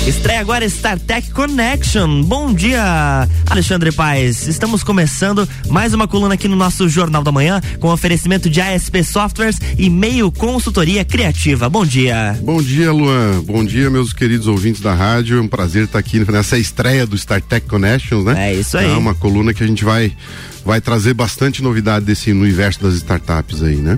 Estreia agora StarTech Connection. Bom dia, Alexandre Paes. Estamos começando mais uma coluna aqui no nosso Jornal da Manhã, com oferecimento de ASP Softwares e Meio Consultoria Criativa. Bom dia. Bom dia, Luan. Bom dia, meus queridos ouvintes da rádio. É um prazer estar aqui nessa estreia do StarTech Connection, né? É isso aí. É uma coluna que a gente vai trazer bastante novidade desse universo das startups aí, né?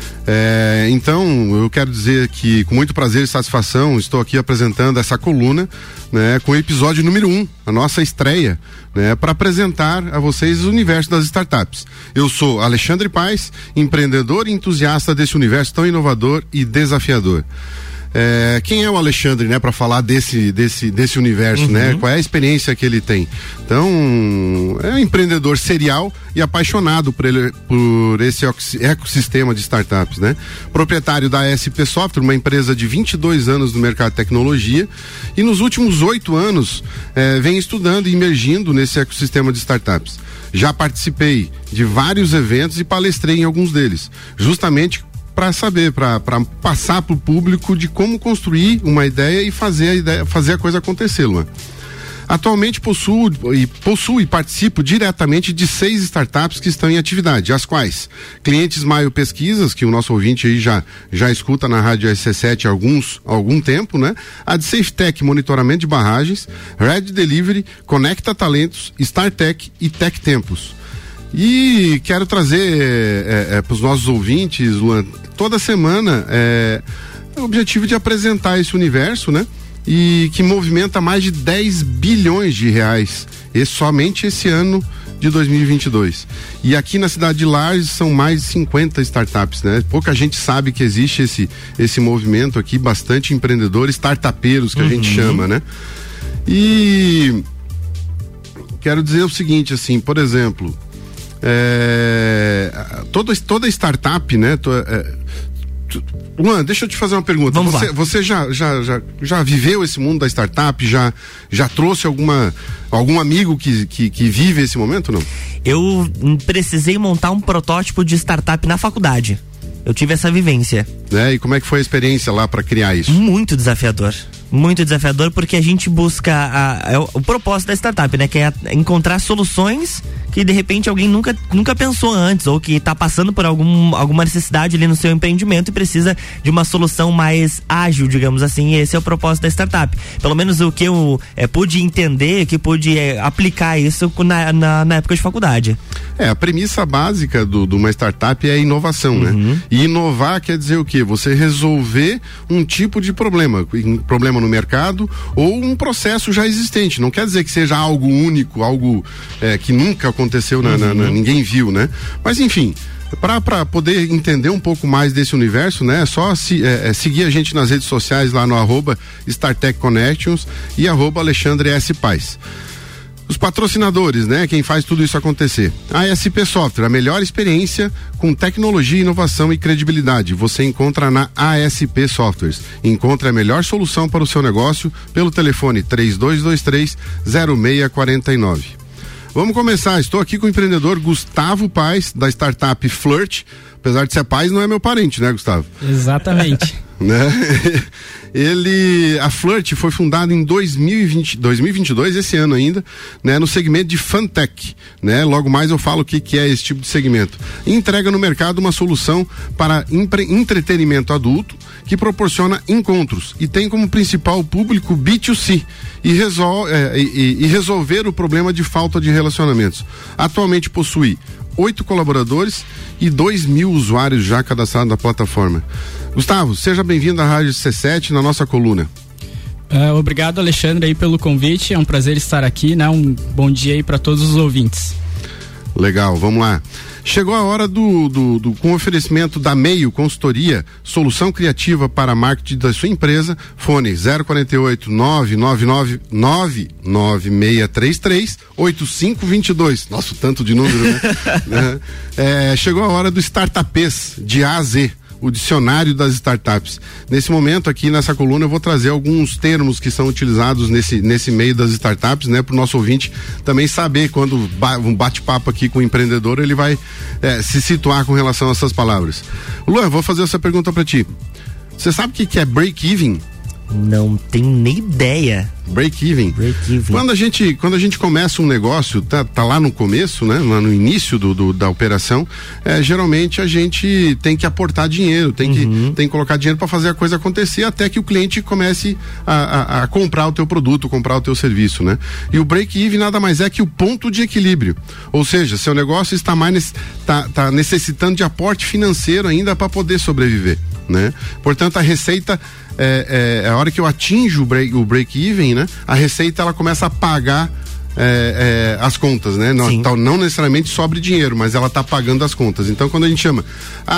Então, eu quero dizer que com muito prazer e satisfação estou aqui apresentando essa coluna, né, com o episódio número 1, a nossa estreia, né, para apresentar a vocês o universo das startups. Eu sou Alexandre Paes, empreendedor e entusiasta desse universo tão inovador e desafiador. Quem é o Alexandre, né, para falar desse universo, né? Qual é a experiência que ele tem? Então, é um empreendedor serial e apaixonado por esse ecossistema de startups, né? Proprietário da ASP Software, uma empresa de 22 anos no mercado de tecnologia, e nos últimos 8 anos vem estudando e imergindo nesse ecossistema de startups. Já participei de vários eventos e palestrei em alguns deles, justamente para saber, para passar para o público de como construir uma ideia e fazer a coisa acontecer, Luan. Atualmente possuo e participo diretamente de 6 startups que estão em atividade, as quais Clientes Maio Pesquisas, que o nosso ouvinte aí já escuta na Rádio SC7 há algum tempo, né? A de SafeTech, monitoramento de barragens, Red Delivery, Conecta Talentos, StarTech e Tech Tempos. E quero trazer para os nossos ouvintes, Luan, toda semana o objetivo de apresentar esse universo, né? E que movimenta mais de 10 bilhões de reais, somente esse ano de 2022. E aqui na cidade de Lages são mais de 50 startups, né? Pouca gente sabe que existe esse movimento aqui, bastante empreendedores, startupeiros que a gente chama, né? E quero dizer o seguinte, assim, por exemplo, toda startup, né? Luan, deixa eu te fazer uma pergunta. Você já viveu esse mundo da startup? Já trouxe algum amigo que vive esse momento, não? Eu precisei montar um protótipo de startup na faculdade. Eu tive essa vivência. E como é que foi a experiência lá para criar isso? Muito desafiador. Muito desafiador, porque a gente busca o propósito da startup, né? Que é encontrar soluções que de repente alguém nunca pensou antes, ou que está passando por alguma necessidade ali no seu empreendimento e precisa de uma solução mais ágil, digamos assim. Esse é o propósito da startup. Pelo menos o que eu pude entender, que pude aplicar isso na época de faculdade. A premissa básica de uma startup é a inovação, né? E inovar quer dizer o quê? Você resolver um tipo de problema no mercado ou um processo já existente. Não quer dizer que seja algo único, algo que nunca aconteceu, ninguém viu, né? Mas enfim, para poder entender um pouco mais desse universo, né? É só seguir a gente nas redes sociais lá no @StarTech Connections e @Alexandre S. Paes. Os patrocinadores, né? Quem faz tudo isso acontecer. A ASP Software, a melhor experiência com tecnologia, inovação e credibilidade. Você encontra na ASP Softwares. Encontre a melhor solução para o seu negócio pelo telefone 3223-0649. Vamos começar. Estou aqui com o empreendedor Gustavo Paes, da startup Flirt. Apesar de ser Paes, não é meu parente, né, Gustavo? Exatamente. Né? A Flirt foi fundada em 2022, esse ano ainda, né, no segmento de Fintech, né? Logo mais eu falo o que é esse tipo de segmento. Entrega no mercado uma solução para entretenimento adulto que proporciona encontros e tem como principal público B2C e resolver o problema de falta de relacionamentos. Atualmente possui 8 colaboradores e 2.000 usuários já cadastrados na plataforma. Gustavo, seja bem-vindo à Rádio C7 na nossa coluna. Obrigado, Alexandre, aí pelo convite. É um prazer estar aqui, né? Um bom dia aí para todos os ouvintes. Legal, vamos lá. Chegou a hora com oferecimento da Meio Consultoria, solução criativa para marketing da sua empresa, fone 048 999 99633 8522. Nossa, tanto de número, né? Chegou a hora do Startupês, de A a Z, o dicionário das startups. Nesse momento aqui nessa coluna eu vou trazer alguns termos que são utilizados nesse meio das startups, né, para o nosso ouvinte também saber, quando um bate-papo aqui com o empreendedor, ele vai se situar com relação a essas palavras. Luan, vou fazer essa pergunta para ti. Você sabe o que é break-even? Não tenho nem ideia. Break-even. Quando a gente começa um negócio, tá lá no começo, né? Lá no início da operação, geralmente a gente tem que aportar dinheiro, tem que colocar dinheiro para fazer a coisa acontecer até que o cliente comece a comprar o teu produto, comprar o teu serviço, né? E o break-even nada mais é que o ponto de equilíbrio. Ou seja, seu negócio está tá necessitando de aporte financeiro ainda para poder sobreviver, né? Portanto, a receita a hora que eu atinjo o break-even, né? A receita ela começa a pagar as contas, né? Não necessariamente sobre dinheiro, mas ela tá pagando as contas. Então, quando a gente chama,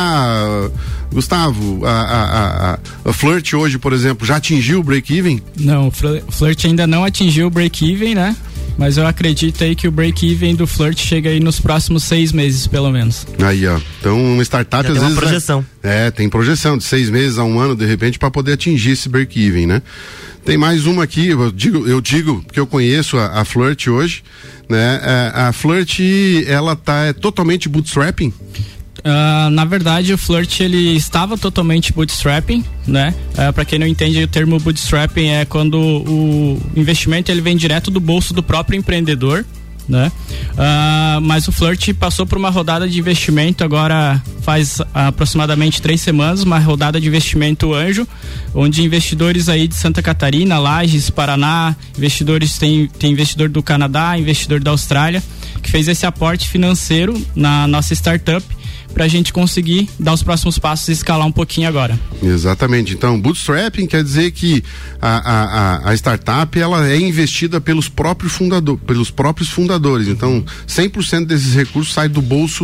Gustavo, a Flirt hoje, por exemplo, já atingiu o break-even? Não, o Flirt ainda não atingiu o break-even, né? Mas eu acredito aí que o break-even do Flirt chega aí nos próximos 6 meses, pelo menos. Aí, ó. Então, uma startup já às tem vezes. Uma projeção. Tem projeção de 6 meses a 1 ano, de repente, para poder atingir esse break-even, né? Tem mais uma aqui, eu digo porque eu conheço a Flirt hoje, né? A Flirt, ela tá totalmente bootstrapping? Na verdade, o Flirt ele estava totalmente bootstrapping, né? Para quem não entende, o termo bootstrapping é quando o investimento ele vem direto do bolso do próprio empreendedor, né? Mas o Flirt passou por uma rodada de investimento agora faz aproximadamente 3 semanas, uma rodada de investimento anjo, onde investidores aí de Santa Catarina, Lages, Paraná, tem investidor do Canadá, investidor da Austrália, que fez esse aporte financeiro na nossa startup pra gente conseguir dar os próximos passos e escalar um pouquinho agora. Exatamente. Então, bootstrapping quer dizer que a startup ela é investida pelos próprios fundadores. Então, 100% desses recursos sai do bolso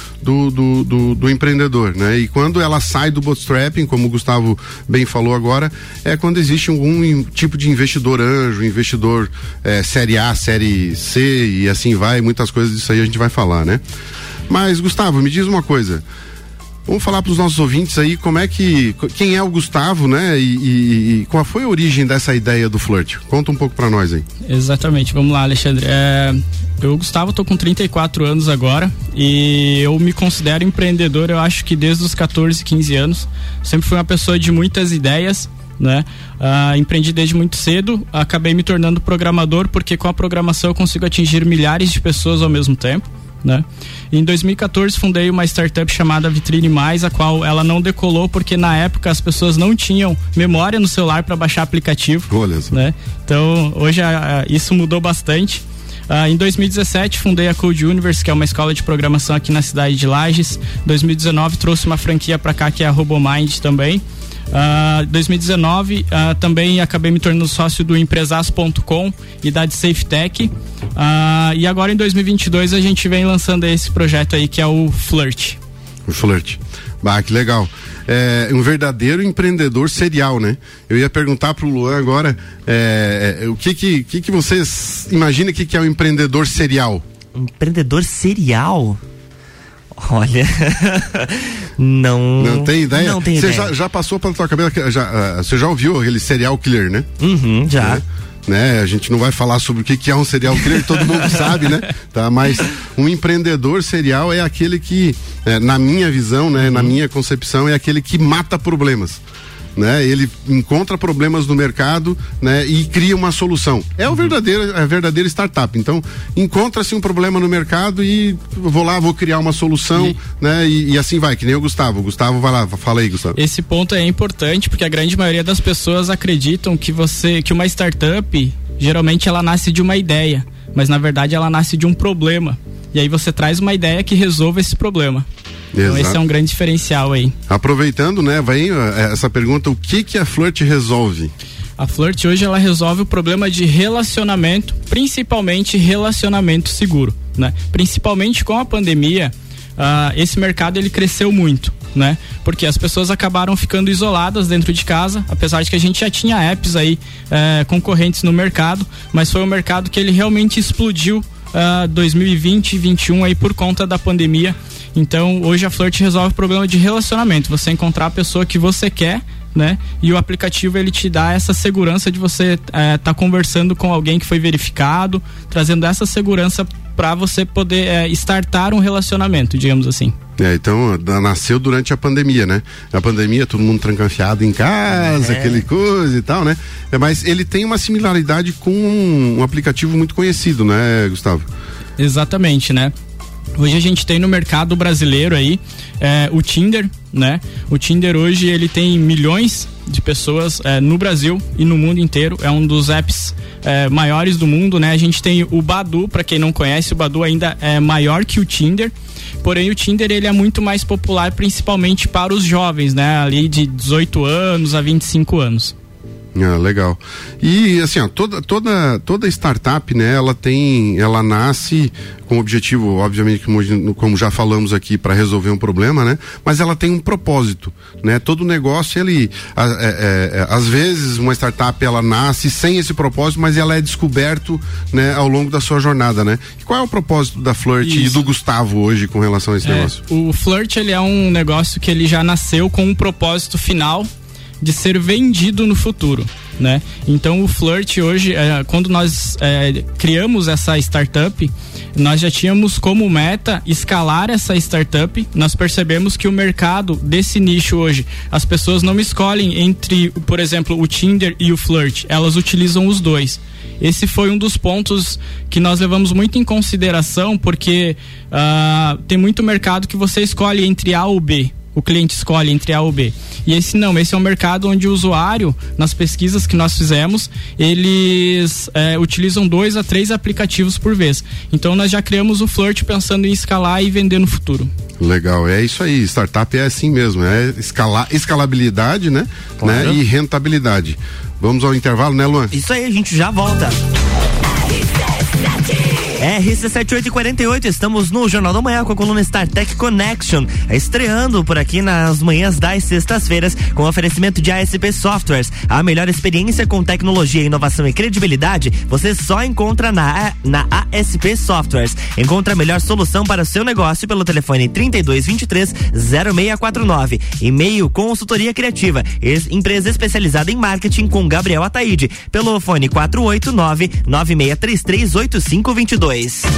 do empreendedor, né? E quando ela sai do bootstrapping, como o Gustavo bem falou agora, é quando existe algum tipo de investidor anjo, investidor série A, série C e assim vai, muitas coisas disso aí a gente vai falar, né? Mas, Gustavo, me diz uma coisa. Vamos falar para os nossos ouvintes aí quem é o Gustavo, né? E qual foi a origem dessa ideia do Flirt? Conta um pouco para nós aí. Exatamente, vamos lá, Alexandre. Eu, Gustavo, tô com 34 anos agora e eu me considero empreendedor, eu acho que desde os 14, 15 anos. Sempre fui uma pessoa de muitas ideias, né? Empreendi desde muito cedo, acabei me tornando programador porque com a programação eu consigo atingir milhares de pessoas ao mesmo tempo, né? Em 2014 fundei uma startup chamada Vitrine Mais, a qual ela não decolou porque na época as pessoas não tinham memória no celular para baixar aplicativo, né? Então hoje isso mudou bastante. Em 2017 fundei a Code Universe, que é uma escola de programação aqui na cidade de Lages. 2019 trouxe uma franquia para cá que é a RoboMind também. 2019 também acabei me tornando sócio do Empresas.com e da SafeTech, e agora em 2022 a gente vem lançando esse projeto aí que é o Flirt. O Flirt, que legal. Um verdadeiro empreendedor serial, né? Eu ia perguntar pro Luan agora, o que vocês imaginam que é um empreendedor serial? Empreendedor serial? Olha, não tem ideia? Não tem ideia. Você já passou pela tua cabeça, você já ouviu aquele serial killer, né? Já. Né? A gente não vai falar sobre o que é um serial killer, todo mundo sabe, né? Tá? Mas um empreendedor serial é aquele que, na minha visão, né? Na minha concepção, é aquele que mata problemas. Né? Ele encontra problemas no mercado, né? E cria uma solução. É a verdadeira startup. Então, encontra-se um problema no mercado e vou criar uma solução, né? E assim vai, que nem o Gustavo. Gustavo, vai lá, fala aí, Gustavo. Esse ponto é importante porque a grande maioria das pessoas acreditam que uma startup, geralmente ela nasce de uma ideia, mas na verdade ela nasce de um problema. E aí você traz uma ideia que resolva esse problema. Então esse é um grande diferencial aí. Aproveitando, né, vai essa pergunta, o que a Flirt resolve? A Flirt hoje ela resolve o problema de relacionamento, principalmente relacionamento seguro, né? Principalmente com a pandemia, esse mercado ele cresceu muito, né? Porque as pessoas acabaram ficando isoladas dentro de casa, apesar de que a gente já tinha apps aí concorrentes no mercado, mas foi um mercado que ele realmente explodiu 2020 e 2021 aí por conta da pandemia. Então hoje a Flirt resolve o problema de relacionamento, você encontrar a pessoa que você quer, né? E o aplicativo ele te dá essa segurança de você tá conversando com alguém que foi verificado, trazendo essa segurança para você poder startar um relacionamento, digamos assim. Então nasceu durante a pandemia, né? A pandemia, todo mundo trancafiado em casa, aquele coisa e tal, né? Mas ele tem uma similaridade com um aplicativo muito conhecido, né, Gustavo? Exatamente, né? Hoje a gente tem no mercado brasileiro aí o Tinder, né? O Tinder hoje ele tem milhões de pessoas no Brasil e no mundo inteiro. É um dos apps maiores do mundo, né? A gente tem o Badoo, para quem não conhece, o Badoo ainda é maior que o Tinder. Porém, o Tinder ele é muito mais popular, principalmente para os jovens, né? Ali de 18 anos a 25 anos. Legal. E assim, ó, toda startup, né, ela nasce com o objetivo, obviamente, como já falamos aqui, para resolver um problema, né? Mas ela tem um propósito, né? Todo negócio, às vezes uma startup ela nasce sem esse propósito, mas ela é descoberto, né, ao longo da sua jornada, né? E qual é o propósito da Flirt e do Gustavo hoje com relação a esse negócio? O Flirt, ele é um negócio que ele já nasceu com um propósito final de ser vendido no futuro, né? Então o Flirt hoje, quando nós criamos essa startup, nós já tínhamos como meta escalar essa startup. Nós percebemos que o mercado desse nicho hoje, as pessoas não escolhem entre, por exemplo, o Tinder e o Flirt, elas utilizam os dois. Esse foi um dos pontos que nós levamos muito em consideração, porque tem muito mercado que você escolhe entre A ou B. O cliente escolhe entre A ou B. E esse é um mercado onde o usuário, nas pesquisas que nós fizemos, eles utilizam 2 a 3 aplicativos por vez. Então nós já criamos o Flirt pensando em escalar e vender no futuro. Legal, é isso aí, startup é assim mesmo, escalabilidade, né? Claro. E rentabilidade. Vamos ao intervalo, né, Luan? Isso aí, a gente já volta. RC7848, estamos no Jornal da Manhã com a coluna StarTech Connection, estreando por aqui nas manhãs das sextas-feiras com oferecimento de ASP Softwares. A melhor experiência com tecnologia, inovação e credibilidade você só encontra na ASP Softwares. Encontre a melhor solução para o seu negócio pelo telefone 3223-0649. E-mail consultoria criativa, empresa especializada em marketing com Gabriel Ataíde, pelo fone 489-9633-8522.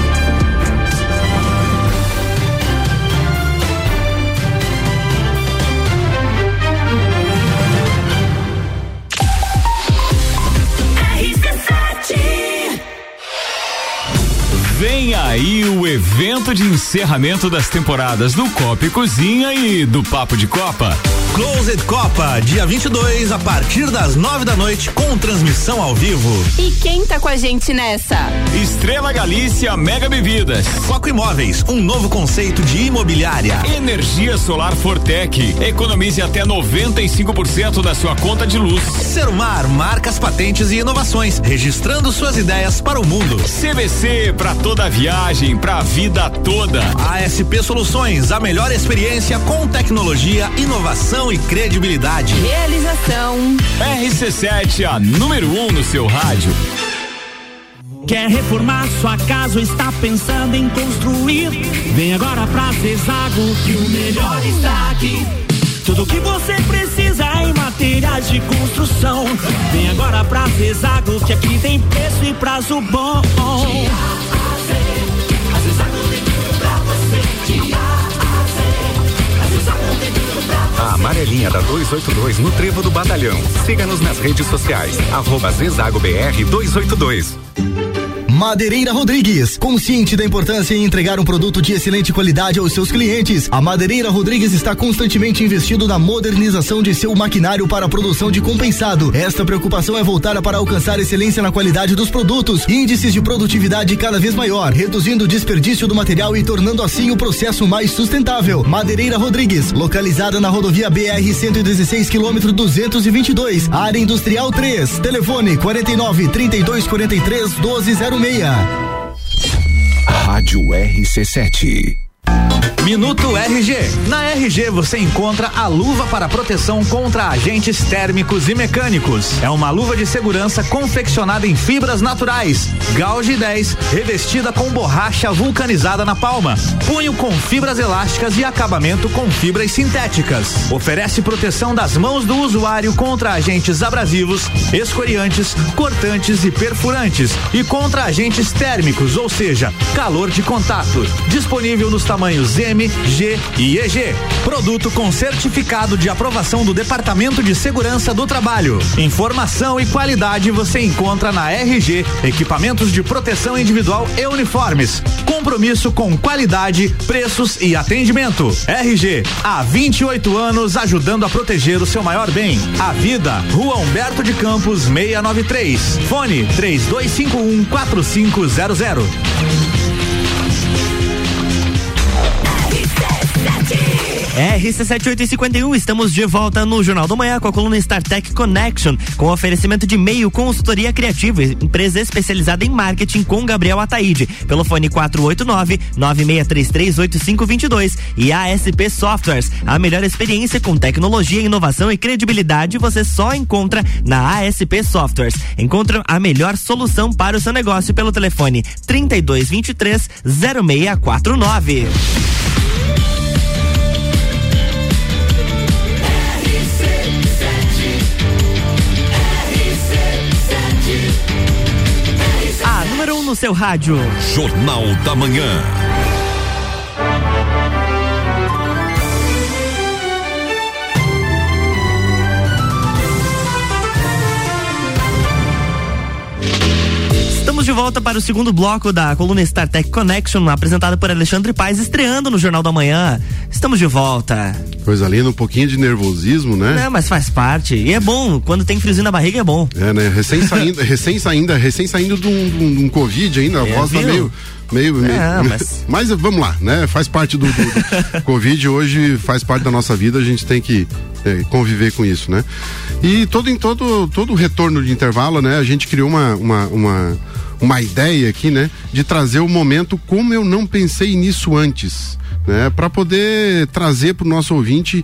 Vem aí o evento de encerramento das temporadas do Copa e Cozinha e do Papo de Copa. Closet Copa, dia 22, a partir das 9 da noite, com transmissão ao vivo. E quem tá com a gente nessa? Estrela Galícia Mega Bebidas. Foco Imóveis, um novo conceito de imobiliária. Energia Solar Fortec, economize até 95% da sua conta de luz. Serumar, marcas, patentes e inovações, registrando suas ideias para o mundo. CVC, pra toda a viagem, pra vida toda. ASP Soluções, a melhor experiência com tecnologia, inovação e credibilidade. Realização RC7, a número 1 no seu rádio. Quer reformar sua casa ou está pensando em construir? Vem agora pra Zezago, que o melhor está aqui. Tudo que você precisa em materiais de construção. Vem agora pra Zezago, que aqui tem preço e prazo bom. A Zezago tem tudo pra você. A amarelinha da 282 no Trevo do Batalhão. Siga-nos nas redes sociais. @ZezagoBR 282. Madeireira Rodrigues, consciente da importância em entregar um produto de excelente qualidade aos seus clientes, a Madeireira Rodrigues está constantemente investindo na modernização de seu maquinário para a produção de compensado. Esta preocupação é voltada para alcançar excelência na qualidade dos produtos, índices de produtividade cada vez maior, reduzindo o desperdício do material e tornando assim o processo mais sustentável. Madeireira Rodrigues, localizada na rodovia BR 116 km 222, área industrial 3, telefone 49-3243-1206. Rádio RC7. Minuto RG. Na RG você encontra a luva para proteção contra agentes térmicos e mecânicos. É uma luva de segurança confeccionada em fibras naturais. Gauge 10, revestida com borracha vulcanizada na palma. Punho com fibras elásticas e acabamento com fibras sintéticas. Oferece proteção das mãos do usuário contra agentes abrasivos, escoriantes, cortantes e perfurantes. E contra agentes térmicos, ou seja, calor de contato. Disponível nos tamanhos M, G e EG. Produto com certificado de aprovação do Departamento de Segurança do Trabalho. Informação e qualidade você encontra na RG, equipamentos de proteção individual e uniformes. Compromisso com qualidade, preços e atendimento. RG, há 28 anos ajudando a proteger o seu maior bem, a vida. Rua Humberto de Campos 693. Fone 3251-4500. RC7851, estamos de volta no Jornal da Manhã com a coluna StarTech Connection, com oferecimento de e-mail consultoria criativa, empresa especializada em marketing com Gabriel Ataíde, pelo fone 489-9633-8522 e ASP Softwares, a melhor experiência com tecnologia, inovação e credibilidade você só encontra na ASP Softwares. Encontra a melhor solução para o seu negócio pelo telefone 3223-0649. No seu rádio. Jornal da Manhã. Estamos de volta para o segundo bloco da coluna StarTech Connection, apresentada por Alexandre Paes, estreando no Jornal da Manhã. Estamos de volta. Coisa linda, um pouquinho de nervosismo, né? É, mas faz parte. E é bom, quando tem friozinho na barriga é bom. É, né? Recém saindo de um Covid ainda, a voz tá meio. Mas vamos lá, né? Faz parte do Covid, hoje faz parte da nossa vida, a gente tem que conviver com isso, né? E todo retorno de intervalo, né? A gente criou uma ideia aqui, né? De trazer o momento como eu não pensei nisso antes. Né, para poder trazer para o nosso ouvinte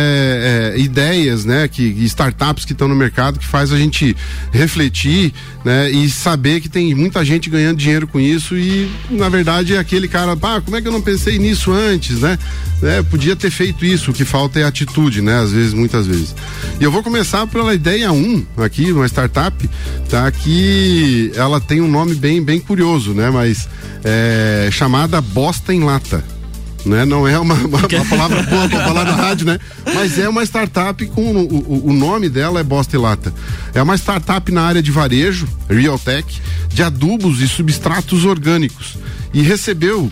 ideias, né, startups que estão no mercado, que faz a gente refletir, né, e saber que tem muita gente ganhando dinheiro com isso e na verdade é aquele cara, como é que eu não pensei nisso antes, né? Podia ter feito isso, o que falta é atitude, né? Às vezes, muitas vezes. E eu vou começar pela ideia 1 aqui, uma startup, tá? Que ela tem um nome bem curioso, né? Mas chamada Bosta em Lata. Né? Não é uma palavra boa pra falar na rádio, né? Mas é uma startup com o nome dela é Bosta e Lata. É uma startup na área de varejo, Realtech, de adubos e substratos orgânicos. E recebeu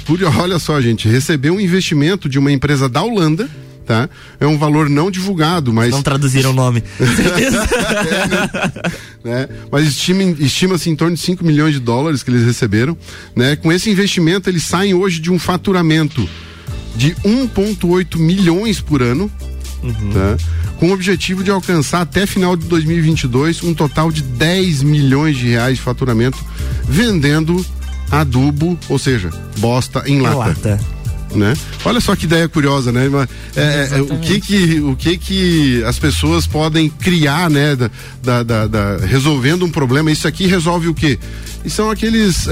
um investimento de uma empresa da Holanda, tá? É um valor não divulgado, mas... Não traduziram o nome. Certeza. Né? Mas estima-se em torno de $5 milhões que eles receberam, né? Com esse investimento eles saem hoje de um faturamento de 1,8 milhões por ano, tá? Com o objetivo de alcançar até final de 2022 um total de R$10 milhões de faturamento vendendo adubo, ou seja, bosta em lata. Né? Olha só que ideia curiosa, né? O que as pessoas podem criar, né? Resolvendo um problema. Isso aqui resolve o quê? E são aqueles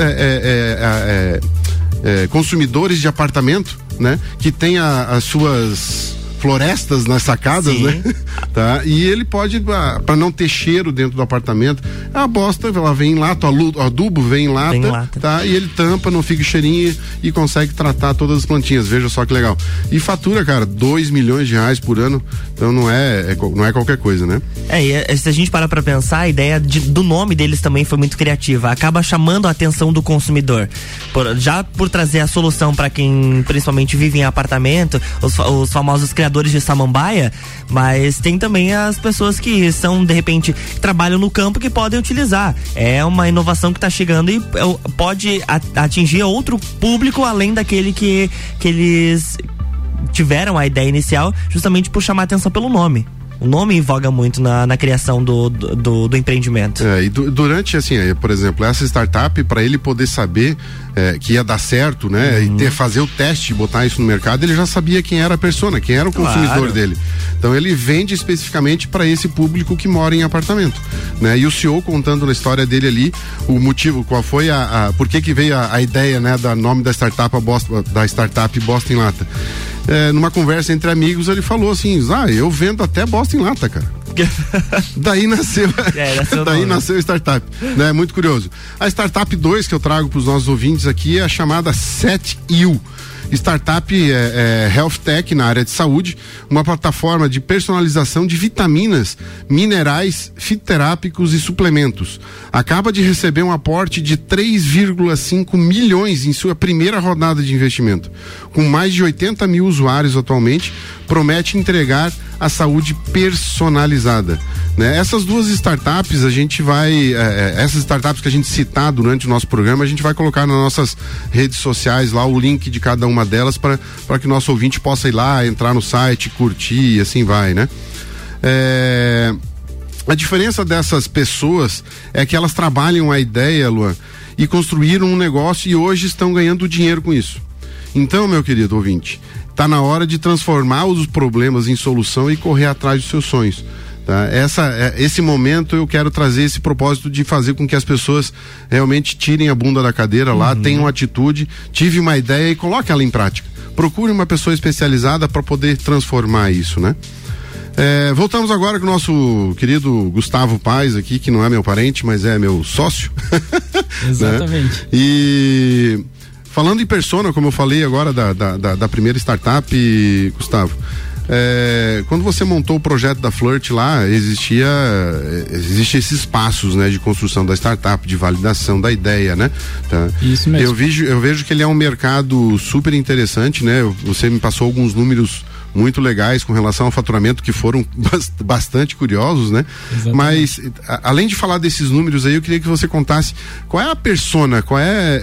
consumidores de apartamento, né? Que tem as suas florestas nas sacadas, sim, né? Tá? E ele pode, para não ter cheiro dentro do apartamento, a bosta, ela vem em lata, o adubo vem em lata, tá? E ele tampa, não fica cheirinho e consegue tratar todas as plantinhas. Veja só que legal. E fatura, cara, R$2 milhões por ano, então não é qualquer coisa, né? E se a gente parar pra pensar, a ideia do nome deles também foi muito criativa, acaba chamando a atenção do consumidor, por trazer a solução para quem principalmente vive em apartamento, os famosos criadores de samambaia, mas tem também as pessoas que são, de repente, trabalham no campo, que podem utilizar. É uma inovação que está chegando e pode atingir outro público além daquele que eles tiveram a ideia inicial, justamente por chamar a atenção pelo nome. O nome invoga muito na criação do empreendimento. E durante, assim, por exemplo, essa startup, para ele poder saber que ia dar certo, né? E fazer o teste, botar isso no mercado, ele já sabia quem era a persona, quem era o consumidor dele. Então ele vende especificamente para esse público que mora em apartamento, né? E o CEO contando na história dele ali o motivo, qual foi por que veio a ideia, né, da nome da startup Bosta em Lata. Numa conversa entre amigos, ele falou assim: eu vendo até bosta em lata, cara. Daí nasceu nasceu a startup, né? Muito curioso. A startup 2 que eu trago para os nossos ouvintes aqui é a chamada SetU. Startup Health Tech na área de saúde, uma plataforma de personalização de vitaminas, minerais, fitoterápicos e suplementos. Acaba de receber um aporte de 3,5 milhões em sua primeira rodada de investimento. Com mais de 80 mil usuários atualmente, promete entregar a saúde personalizada, né? Essas duas startups a gente vai, essas startups que a gente citar durante o nosso programa, a gente vai colocar nas nossas redes sociais lá o link de cada uma delas para que o nosso ouvinte possa ir lá, entrar no site, curtir e assim vai, né? A diferença dessas pessoas é que elas trabalham a ideia, Luan, e construíram um negócio e hoje estão ganhando dinheiro com isso. Então, meu querido ouvinte, tá na hora de transformar os problemas em solução e correr atrás dos seus sonhos. Tá? Esse momento eu quero trazer esse propósito de fazer com que as pessoas realmente tirem a bunda da cadeira lá, tenham atitude, tive uma ideia e coloque ela em prática. Procure uma pessoa especializada para poder transformar isso, né? Voltamos agora com o nosso querido Gustavo Paes aqui, que não é meu parente, mas é meu sócio. Exatamente. Né? E falando em persona, como eu falei agora da primeira startup, Gustavo, quando você montou o projeto da Flirt lá, existem esses passos, né, de construção da startup, de validação da ideia, né? Tá? Isso mesmo. Eu vejo que ele é um mercado super interessante, né? Você me passou alguns números muito legais com relação ao faturamento que foram bastante curiosos, né? Exatamente. Mas além de falar desses números aí, eu queria que você contasse qual é a persona, qual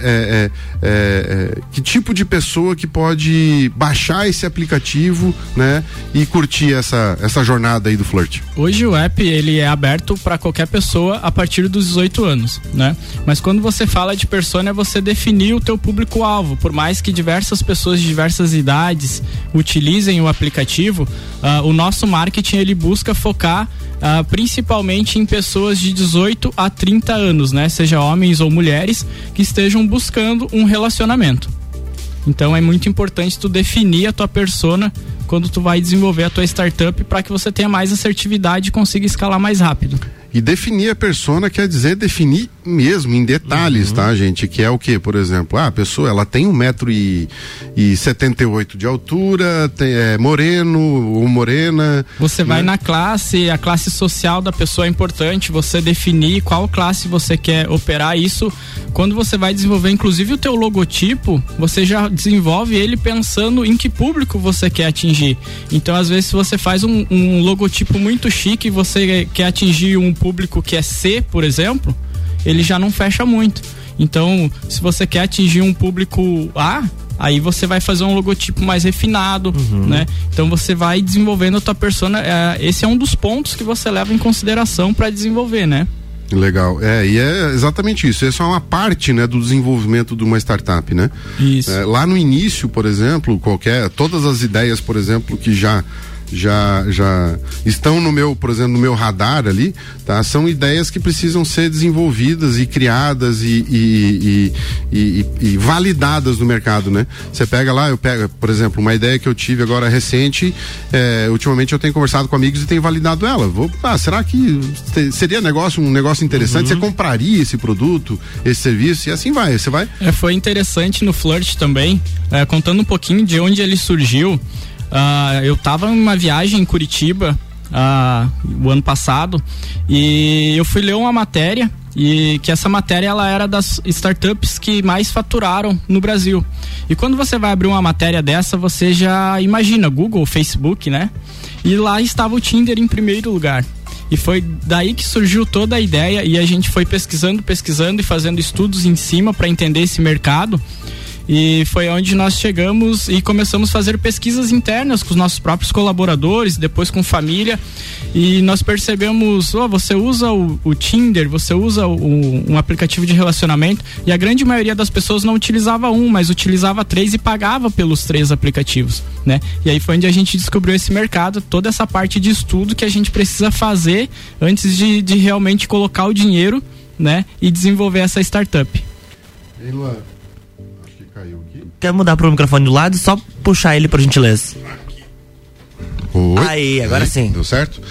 que tipo de pessoa que pode baixar esse aplicativo, né? E curtir essa jornada aí do Flirt. Hoje o app ele é aberto para qualquer pessoa a partir dos 18 anos, né? Mas quando você fala de persona, é você definir o teu público-alvo. Por mais que diversas pessoas de diversas idades utilizem o aplicativo, o nosso marketing ele busca focar principalmente em pessoas de 18 a 30 anos, né? Seja homens ou mulheres que estejam buscando um relacionamento. Então é muito importante tu definir a tua persona quando tu vai desenvolver a tua startup para que você tenha mais assertividade e consiga escalar mais rápido. E definir a persona quer dizer definir mesmo, em detalhes, tá, gente? Que é o quê? Por exemplo, a pessoa, ela tem 1,78 m de altura, é moreno ou morena. Você vai na classe, a classe social da pessoa é importante, você definir qual classe você quer operar. Isso, quando você vai desenvolver, inclusive o teu logotipo, você já desenvolve ele pensando em que público você quer atingir. Então, às vezes, se você faz um logotipo muito chique e você quer atingir um público que é C, por exemplo, ele já não fecha muito. Então, se você quer atingir um público A, aí você vai fazer um logotipo mais refinado, né? Então você vai desenvolvendo a tua persona. Esse é um dos pontos que você leva em consideração para desenvolver, né? Legal, e é exatamente isso. Isso é uma parte, né, do desenvolvimento de uma startup, né? Isso. Lá no início, por exemplo, todas as ideias, por exemplo, que já estão por exemplo, no meu radar ali, tá? São ideias que precisam ser desenvolvidas e criadas e validadas no mercado, né? Você pega lá, por exemplo, uma ideia que eu tive agora recente, ultimamente eu tenho conversado com amigos e tenho validado ela. Será que seria um negócio interessante? Você compraria esse produto, esse serviço? E assim vai, você vai. Foi interessante no Flirt também, contando um pouquinho de onde ele surgiu. Eu tava numa viagem em Curitiba o ano passado e eu fui ler uma matéria, e que essa matéria ela era das startups que mais faturaram no Brasil. E quando você vai abrir uma matéria dessa, você já imagina Google, Facebook, né? E lá estava o Tinder em primeiro lugar. E foi daí que surgiu toda a ideia, e a gente foi pesquisando e fazendo estudos em cima para entender esse mercado. E foi onde nós chegamos e começamos a fazer pesquisas internas com os nossos próprios colaboradores, depois com família, e nós percebemos, você usa o Tinder, você usa um aplicativo de relacionamento, e a grande maioria das pessoas não utilizava mas utilizava 3 e pagava pelos 3 aplicativos, né? E aí foi onde a gente descobriu esse mercado, toda essa parte de estudo que a gente precisa fazer antes de realmente colocar o dinheiro, né? E desenvolver essa startup. Ei, Luan, acho que caiu aqui. Quer mudar pro microfone do lado? Só puxar ele, por gentileza. Oi. Aí, agora sim. Deu certo?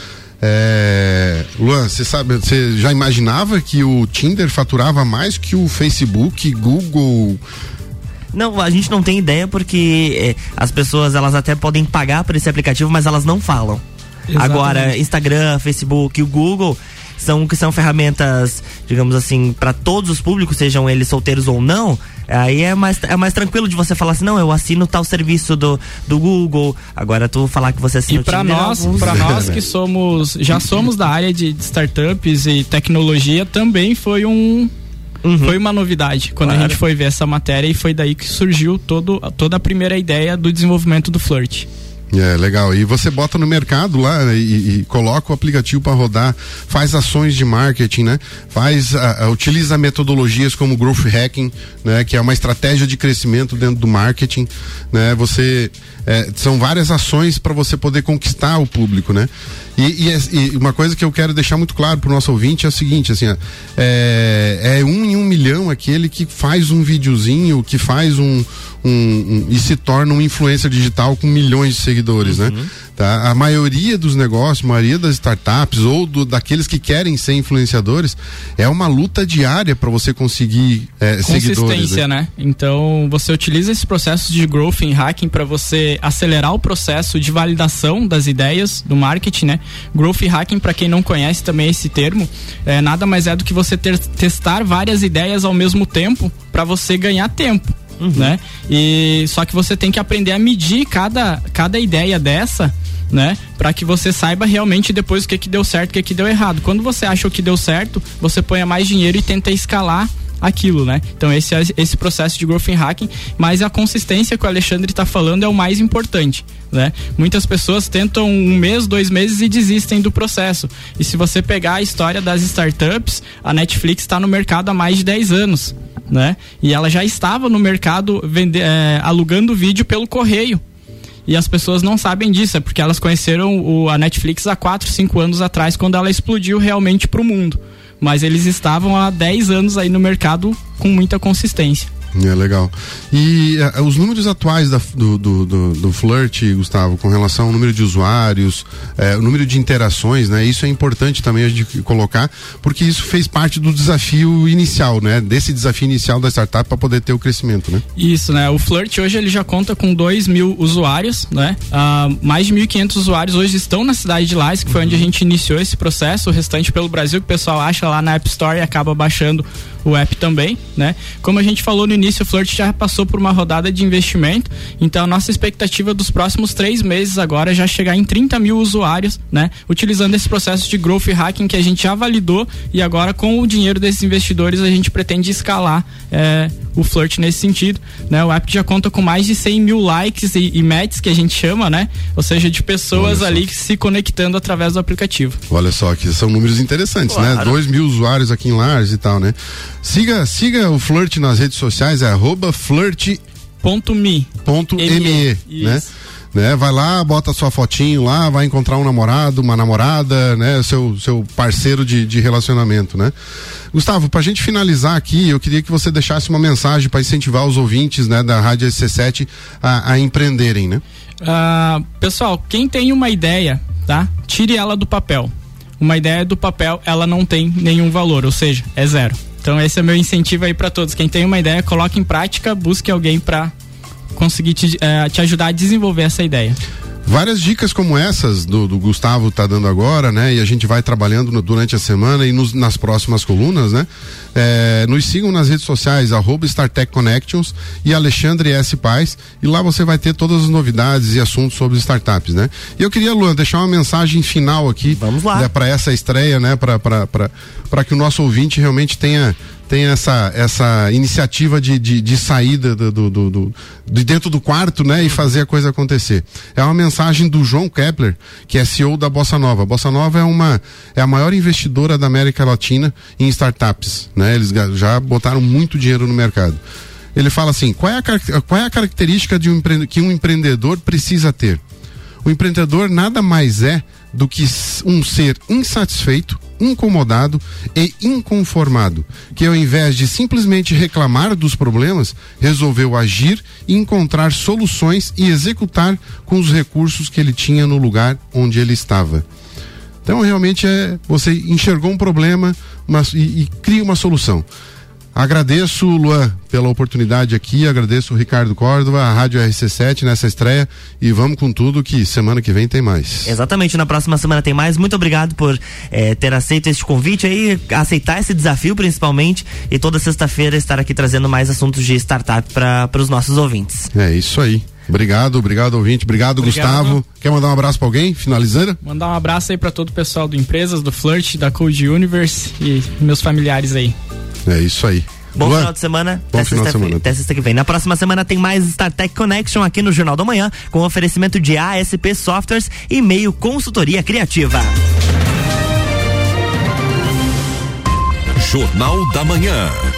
Luan, você já imaginava que o Tinder faturava mais que o Facebook, Google? Não, a gente não tem ideia porque as pessoas, elas até podem pagar por esse aplicativo, mas elas não falam. Exatamente. Agora, Instagram, Facebook e o Google são ferramentas, digamos assim, para todos os públicos, sejam eles solteiros ou não. Aí é mais tranquilo de você falar assim, não, eu assino tal serviço do Google. Agora tu falar que você assina o Tinder. E para nós que já somos da área de startups e tecnologia, também foi foi uma novidade quando a gente foi ver essa matéria, e foi daí que surgiu toda a primeira ideia do desenvolvimento do Flirt. Legal. E você bota no mercado lá e coloca o aplicativo para rodar, faz ações de marketing, né? Utiliza metodologias como Growth Hacking, né? Que é uma estratégia de crescimento dentro do marketing, né? São várias ações para você poder conquistar o público, né? E uma coisa que eu quero deixar muito claro pro nosso ouvinte é o seguinte, assim, é 1 em 1 milhão aquele que faz um videozinho, que faz e se torna um influencer digital com milhões de seguidores, né? Tá? A maioria dos negócios, a maioria das startups ou daqueles que querem ser influenciadores, é uma luta diária para você conseguir seguidores. Consistência, né? Então, você utiliza esse processo de growth em hacking para você acelerar o processo de validação das ideias do marketing, né? Growth hacking, para quem não conhece também esse termo, nada mais é do que você testar várias ideias ao mesmo tempo para você ganhar tempo. Né? E só que você tem que aprender a medir cada ideia dessa, né? Para que você saiba realmente depois o que deu certo, o que deu errado. Quando você acha o que deu certo, você põe mais dinheiro e tenta escalar aquilo, né? Então esse processo de growth hacking, mas a consistência que o Alexandre está falando é o mais importante, né? Muitas pessoas tentam 1 mês, 2 meses e desistem do processo. E se você pegar a história das startups, a Netflix está no mercado há mais de 10 anos, né? E ela já estava no mercado alugando vídeo pelo correio. E as pessoas não sabem disso, é porque elas conheceram a Netflix há 4, 5 anos atrás, quando ela explodiu realmente para o mundo. Mas eles estavam há 10 anos aí no mercado com muita consistência. Legal. E os números atuais do Flirt, Gustavo, com relação ao número de usuários, o número de interações, né? Isso é importante também a gente colocar, porque isso fez parte do desafio inicial, né? Desse desafio inicial da startup para poder ter o crescimento, né? Isso, né? O Flirt hoje ele já conta com 2.000 usuários, né? Mais de 1.500 usuários hoje estão na cidade de Lages, que foi onde a gente iniciou esse processo. O restante pelo Brasil, que o pessoal acha lá na App Store e acaba baixando o app também, né? Como a gente falou no início, o Flirt já passou por uma rodada de investimento, então a nossa expectativa dos próximos 3 meses agora é já chegar em 30 mil usuários, né? Utilizando esse processo de growth hacking que a gente já validou, e agora com o dinheiro desses investidores a gente pretende escalar o Flirt nesse sentido, né? O app já conta com mais de 100 mil likes e matches, que a gente chama, né? Ou seja, de pessoas ali se conectando através do aplicativo. Olha só, que são números interessantes, claro, né? 2.000 usuários aqui em Lages e tal, né? Siga o Flirt nas redes sociais, @flirt.me, né? Vai lá, bota sua fotinho lá, vai encontrar um namorado, uma namorada, né? Seu parceiro de relacionamento, né? Gustavo, pra gente finalizar aqui, eu queria que você deixasse uma mensagem para incentivar os ouvintes, né, da Rádio SC7 a empreenderem, né? Pessoal, quem tem uma ideia, tá? Tire ela do papel. Uma ideia do papel, ela não tem nenhum valor, ou seja, é zero. Então esse é meu incentivo aí para todos. Quem tem uma ideia, coloque em prática, busque alguém para conseguir te ajudar a desenvolver essa ideia. Várias dicas como essas do Gustavo tá dando agora, né? E a gente vai trabalhando durante a semana e nas próximas colunas, né? Nos sigam nas redes sociais, @StarTechConnections e Alexandre S. Paz, e lá você vai ter todas as novidades e assuntos sobre startups, né? E eu queria, Luan, deixar uma mensagem final aqui. Vamos lá. Né, para essa estreia, né? Para que o nosso ouvinte realmente tenha tem essa iniciativa de saída de dentro do quarto, né? E fazer a coisa acontecer. É uma mensagem do João Kepler, que é CEO da Bossa Nova. A Bossa Nova é a maior investidora da América Latina em startups, né? Eles já botaram muito dinheiro no mercado. Ele fala assim, qual é a característica que um empreendedor precisa ter? O empreendedor nada mais é do que um ser insatisfeito, incomodado e inconformado, que ao invés de simplesmente reclamar dos problemas, resolveu agir, encontrar soluções e executar com os recursos que ele tinha no lugar onde ele estava. Então realmente você enxergou um problema e cria uma solução. Agradeço, Luan, pela oportunidade aqui, agradeço o Ricardo Córdova, a Rádio RC7 nessa estreia e vamos com tudo que semana que vem tem mais. Exatamente, na próxima semana tem mais. Muito obrigado por ter aceito este convite aí, aceitar esse desafio principalmente e toda sexta-feira estar aqui trazendo mais assuntos de startup para os nossos ouvintes. É isso aí. Obrigado ouvinte, obrigado Gustavo. Quer mandar um abraço pra alguém, finalizando? Mandar um abraço aí pra todo o pessoal do Empresas, do Flirt, da Code Universe e meus familiares aí. É isso aí. Bom final de semana. Bom final de semana. Até sexta que vem. Na próxima semana tem mais StarTech Connection aqui no Jornal da Manhã, com oferecimento de ASP Softwares e Meio Consultoria Criativa. Jornal da Manhã.